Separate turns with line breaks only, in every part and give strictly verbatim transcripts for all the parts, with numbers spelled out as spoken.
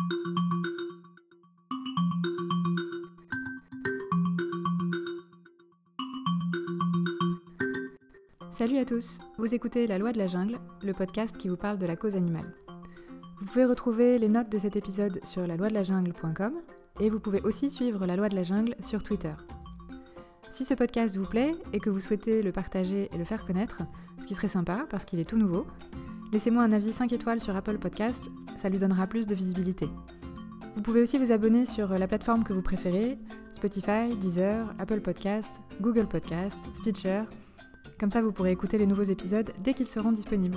Salut à tous, vous écoutez La Loi de la Jungle, le podcast qui vous parle de la cause animale. Vous pouvez retrouver les notes de cet épisode sur la loi de la jungle point com et vous pouvez aussi suivre La Loi de la Jungle sur Twitter. Si ce podcast vous plaît et que vous souhaitez le partager et le faire connaître, ce qui serait sympa parce qu'il est tout nouveau, laissez-moi un avis cinq étoiles sur Apple Podcast, ça lui donnera plus de visibilité. Vous pouvez aussi vous abonner sur la plateforme que vous préférez, Spotify, Deezer, Apple Podcast, Google Podcast, Stitcher. Comme ça, vous pourrez écouter les nouveaux épisodes dès qu'ils seront disponibles.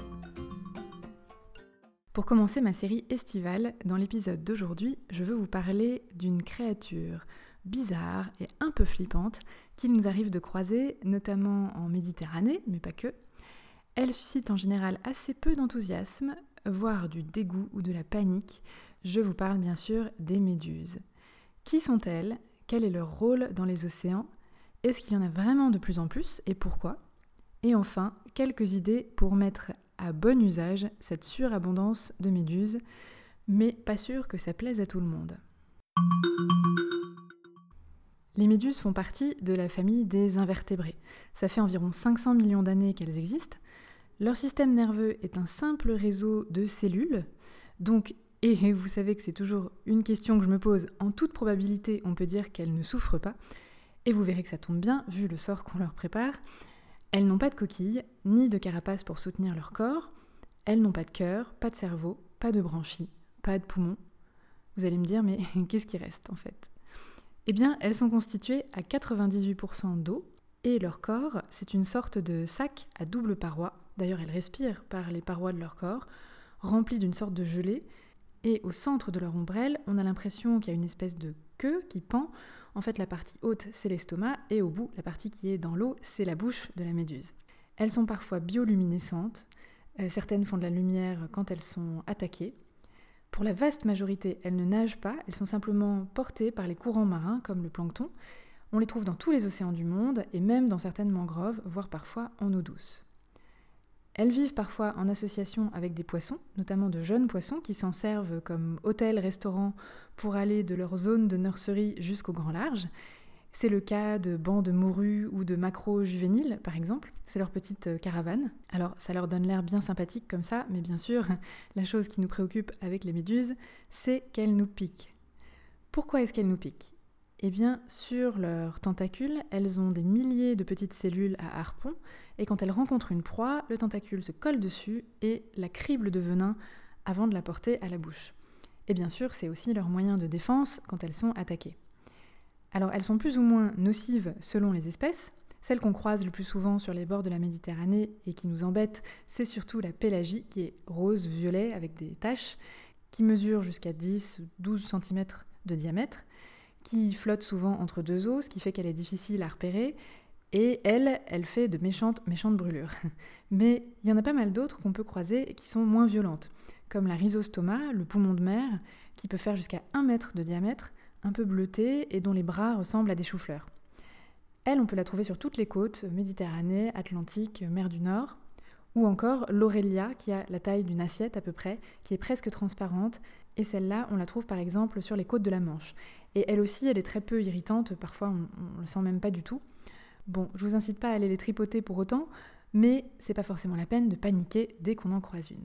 Pour commencer ma série estivale, dans l'épisode d'aujourd'hui, je veux vous parler d'une créature bizarre et un peu flippante qu'il nous arrive de croiser, notamment en Méditerranée, mais pas que. Elle suscite en général assez peu d'enthousiasme, voire du dégoût ou de la panique. Je vous parle bien sûr des méduses. Qui sont-elles ? Quel est leur rôle dans les océans ? Est-ce qu'il y en a vraiment de plus en plus et pourquoi ? Et enfin, quelques idées pour mettre à bon usage cette surabondance de méduses, mais pas sûr que ça plaise à tout le monde. Les méduses font partie de la famille des invertébrés. Ça fait environ cinq cents millions d'années qu'elles existent. Leur système nerveux est un simple réseau de cellules, donc, et vous savez que c'est toujours une question que je me pose, en toute probabilité on peut dire qu'elles ne souffrent pas, et vous verrez que ça tombe bien vu le sort qu'on leur prépare. Elles n'ont pas de coquille, ni de carapace pour soutenir leur corps. Elles n'ont pas de cœur, pas de cerveau, pas de branchies, pas de poumons. Vous allez me dire, mais qu'est-ce qui reste en fait ? Eh bien, elles sont constituées à quatre-vingt-dix-huit pour cent d'eau, et leur corps, c'est une sorte de sac à double paroi. D'ailleurs, elles respirent par les parois de leur corps, rempli d'une sorte de gelée. Et au centre de leur ombrelle, on a l'impression qu'il y a une espèce de queue qui pend. En fait, la partie haute, c'est l'estomac, et au bout, la partie qui est dans l'eau, c'est la bouche de la méduse. Elles sont parfois bioluminescentes, euh, certaines font de la lumière quand elles sont attaquées. Pour la vaste majorité, elles ne nagent pas, elles sont simplement portées par les courants marins, comme le plancton. On les trouve dans tous les océans du monde, et même dans certaines mangroves, voire parfois en eau douce. Elles vivent parfois en association avec des poissons, notamment de jeunes poissons qui s'en servent comme hôtel-restaurant pour aller de leur zone de nurserie jusqu'au grand large. C'est le cas de bancs de morues ou de maquereaux juvéniles, par exemple. C'est leur petite caravane. Alors, ça leur donne l'air bien sympathique comme ça, mais bien sûr, la chose qui nous préoccupe avec les méduses, c'est qu'elles nous piquent. Pourquoi est-ce qu'elles nous piquent ? Eh bien, sur leurs tentacules, elles ont des milliers de petites cellules à harpon, et quand elles rencontrent une proie, le tentacule se colle dessus et la crible de venin avant de la porter à la bouche. Et bien sûr, c'est aussi leur moyen de défense quand elles sont attaquées. Alors, elles sont plus ou moins nocives selon les espèces. Celle qu'on croise le plus souvent sur les bords de la Méditerranée et qui nous embête, c'est surtout la pélagie, qui est rose-violet avec des taches, qui mesure jusqu'à dix à douze centimètres de diamètre, qui flotte souvent entre deux eaux, ce qui fait qu'elle est difficile à repérer, et elle, elle fait de méchantes, méchantes brûlures. Mais il y en a pas mal d'autres qu'on peut croiser et qui sont moins violentes, comme la rhizostoma, le poumon de mer, qui peut faire jusqu'à un mètre de diamètre, un peu bleuté et dont les bras ressemblent à des choux-fleurs. Elle, on peut la trouver sur toutes les côtes, Méditerranée, Atlantique, mer du Nord, ou encore l'Aurelia, qui a la taille d'une assiette à peu près, qui est presque transparente, et celle-là, on la trouve par exemple sur les côtes de la Manche. Et elle aussi, elle est très peu irritante, parfois on ne le sent même pas du tout. Bon, je vous incite pas à aller les tripoter pour autant, mais c'est pas forcément la peine de paniquer dès qu'on en croise une.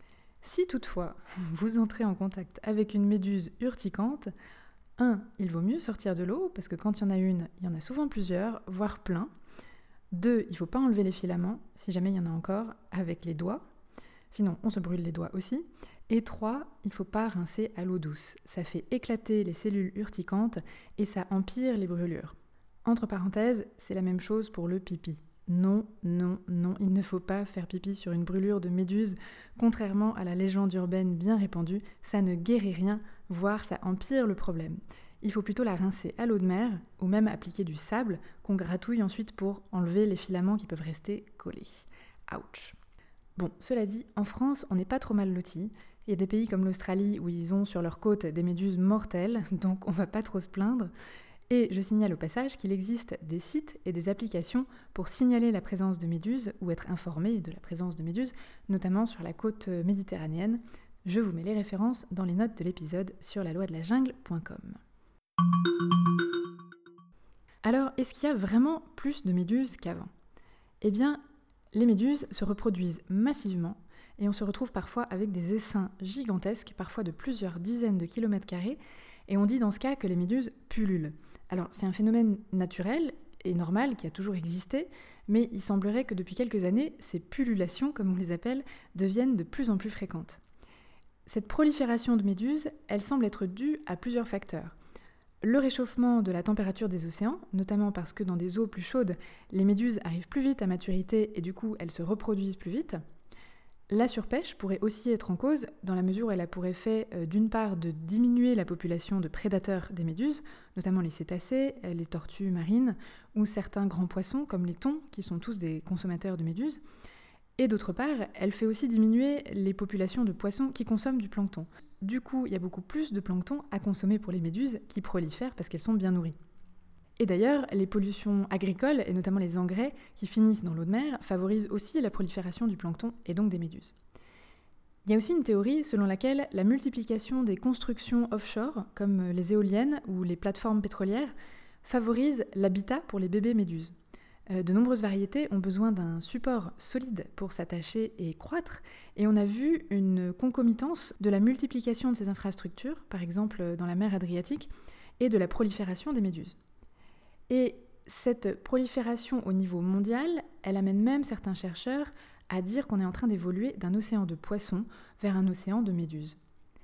Si toutefois, vous entrez en contact avec une méduse urticante, un, il vaut mieux sortir de l'eau, parce que quand il y en a une, il y en a souvent plusieurs, voire plein. Deux, il ne faut pas enlever les filaments, si jamais il y en a encore, avec les doigts. Sinon, on se brûle les doigts aussi. Et trois, il ne faut pas rincer à l'eau douce. Ça fait éclater les cellules urticantes et ça empire les brûlures. Entre parenthèses, c'est la même chose pour le pipi. Non, non, non, il ne faut pas faire pipi sur une brûlure de méduse. Contrairement à la légende urbaine bien répandue, ça ne guérit rien, voire ça empire le problème. Il faut plutôt la rincer à l'eau de mer ou même appliquer du sable qu'on gratouille ensuite pour enlever les filaments qui peuvent rester collés. Ouch. Bon, cela dit, en France, on n'est pas trop mal lotis. Il y a des pays comme l'Australie où ils ont sur leur côte des méduses mortelles, donc on va pas trop se plaindre. Et je signale au passage qu'il existe des sites et des applications pour signaler la présence de méduses ou être informé de la présence de méduses, notamment sur la côte méditerranéenne. Je vous mets les références dans les notes de l'épisode sur la loi de la jungle point com. Alors, est-ce qu'il y a vraiment plus de méduses qu'avant ? Eh bien, les méduses se reproduisent massivement et on se retrouve parfois avec des essaims gigantesques, parfois de plusieurs dizaines de kilomètres carrés, et on dit dans ce cas que les méduses pullulent. Alors, c'est un phénomène naturel et normal qui a toujours existé, mais il semblerait que depuis quelques années, ces pullulations, comme on les appelle, deviennent de plus en plus fréquentes. Cette prolifération de méduses, elle semble être due à plusieurs facteurs. Le réchauffement de la température des océans, notamment parce que dans des eaux plus chaudes, les méduses arrivent plus vite à maturité et du coup elles se reproduisent plus vite. La surpêche pourrait aussi être en cause, dans la mesure où elle a pour effet euh, d'une part de diminuer la population de prédateurs des méduses, notamment les cétacés, les tortues marines ou certains grands poissons comme les thons, qui sont tous des consommateurs de méduses. Et d'autre part, elle fait aussi diminuer les populations de poissons qui consomment du plancton. Du coup, il y a beaucoup plus de plancton à consommer pour les méduses qui prolifèrent parce qu'elles sont bien nourries. Et d'ailleurs, les pollutions agricoles, et notamment les engrais qui finissent dans l'eau de mer, favorisent aussi la prolifération du plancton et donc des méduses. Il y a aussi une théorie selon laquelle la multiplication des constructions offshore, comme les éoliennes ou les plateformes pétrolières, favorise l'habitat pour les bébés méduses. De nombreuses variétés ont besoin d'un support solide pour s'attacher et croître, et on a vu une concomitance de la multiplication de ces infrastructures, par exemple dans la mer Adriatique, et de la prolifération des méduses. Et cette prolifération au niveau mondial, elle amène même certains chercheurs à dire qu'on est en train d'évoluer d'un océan de poissons vers un océan de méduses.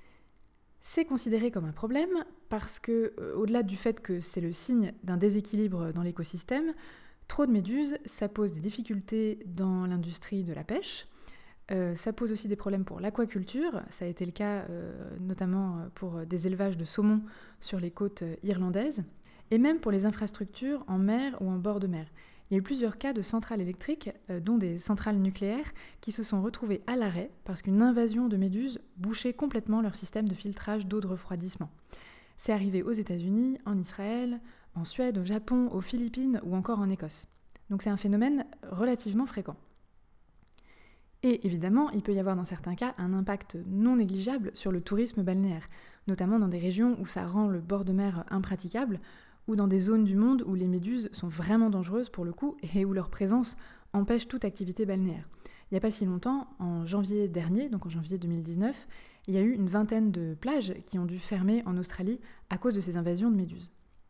C'est considéré comme un problème parce que, euh, au-delà du fait que c'est le signe d'un déséquilibre dans l'écosystème, trop de méduses, ça pose des difficultés dans l'industrie de la pêche, euh, ça pose aussi des problèmes pour l'aquaculture, ça a été le cas euh, notamment pour des élevages de saumon sur les côtes irlandaises, et même pour les infrastructures en mer ou en bord de mer. Il y a eu plusieurs cas de centrales électriques, euh, dont des centrales nucléaires, qui se sont retrouvées à l'arrêt parce qu'une invasion de méduses bouchait complètement leur système de filtrage d'eau de refroidissement. C'est arrivé aux États-Unis, en Israël, en Suède, au Japon, aux Philippines ou encore en Écosse. Donc c'est un phénomène relativement fréquent. Et évidemment, il peut y avoir dans certains cas un impact non négligeable sur le tourisme balnéaire, notamment dans des régions où ça rend le bord de mer impraticable, ou dans des zones du monde où les méduses sont vraiment dangereuses pour le coup et où leur présence empêche toute activité balnéaire. Il n'y a pas si longtemps, en janvier dernier, donc en janvier deux mille dix-neuf, il y a eu une vingtaine de plages qui ont dû fermer en Australie à cause de ces invasions de méduses.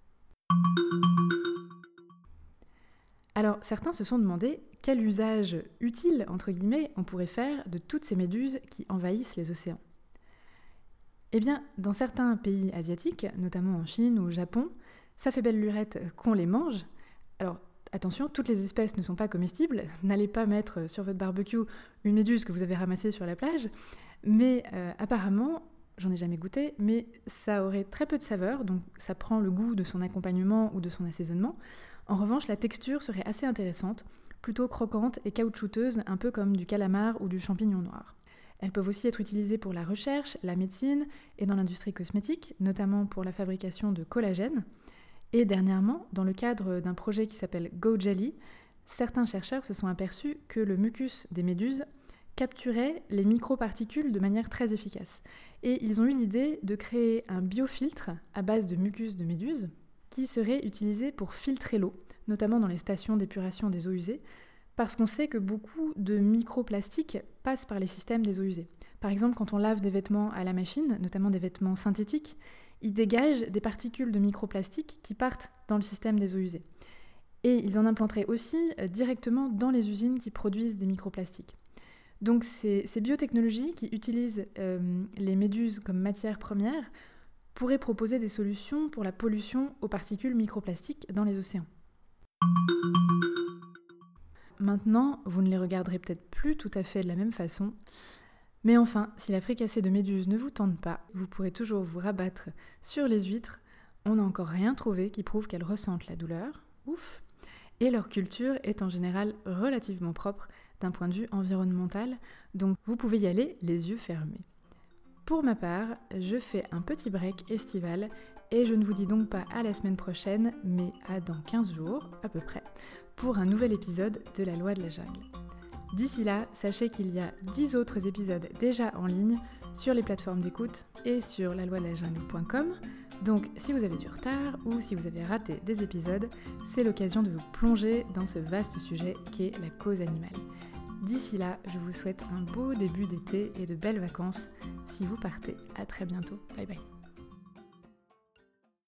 Alors, certains se sont demandé quel usage utile, entre guillemets, on pourrait faire de toutes ces méduses qui envahissent les océans. Eh bien, dans certains pays asiatiques, notamment en Chine ou au Japon, ça fait belle lurette qu'on les mange. Alors, attention, toutes les espèces ne sont pas comestibles. N'allez pas mettre sur votre barbecue une méduse que vous avez ramassée sur la plage. Mais euh, apparemment, j'en ai jamais goûté, mais ça aurait très peu de saveur, donc ça prend le goût de son accompagnement ou de son assaisonnement. En revanche, la texture serait assez intéressante, plutôt croquante et caoutchouteuse, un peu comme du calamar ou du champignon noir. Elles peuvent aussi être utilisées pour la recherche, la médecine et dans l'industrie cosmétique, notamment pour la fabrication de collagène. Et dernièrement, dans le cadre d'un projet qui s'appelle Go Jelly, certains chercheurs se sont aperçus que le mucus des méduses capturait les microparticules de manière très efficace. Et ils ont eu l'idée de créer un biofiltre à base de mucus de méduse qui serait utilisé pour filtrer l'eau, notamment dans les stations d'épuration des eaux usées, parce qu'on sait que beaucoup de microplastiques passent par les systèmes des eaux usées. Par exemple, quand on lave des vêtements à la machine, notamment des vêtements synthétiques, ils dégagent des particules de microplastiques qui partent dans le système des eaux usées. Et ils en implanteraient aussi directement dans les usines qui produisent des microplastiques. Donc ces, ces biotechnologies qui utilisent euh, les méduses comme matière première pourraient proposer des solutions pour la pollution aux particules microplastiques dans les océans. Maintenant, vous ne les regarderez peut-être plus tout à fait de la même façon, mais enfin, si la fricassée de méduses ne vous tente pas, vous pourrez toujours vous rabattre sur les huîtres. On n'a encore rien trouvé qui prouve qu'elles ressentent la douleur, ouf, et leur culture est en général relativement propre d'un point de vue environnemental, donc vous pouvez y aller les yeux fermés. Pour ma part, je fais un petit break estival et je ne vous dis donc pas à la semaine prochaine, mais à dans quinze jours à peu près, pour un nouvel épisode de la loi de la jungle. D'ici là, sachez qu'il y a dix autres épisodes déjà en ligne sur les plateformes d'écoute et sur la loi de la jungle point com. Donc si vous avez du retard ou si vous avez raté des épisodes, c'est l'occasion de vous plonger dans ce vaste sujet qui est la cause animale. D'ici là, je vous souhaite un beau début d'été et de belles vacances si vous partez. À très bientôt. Bye bye.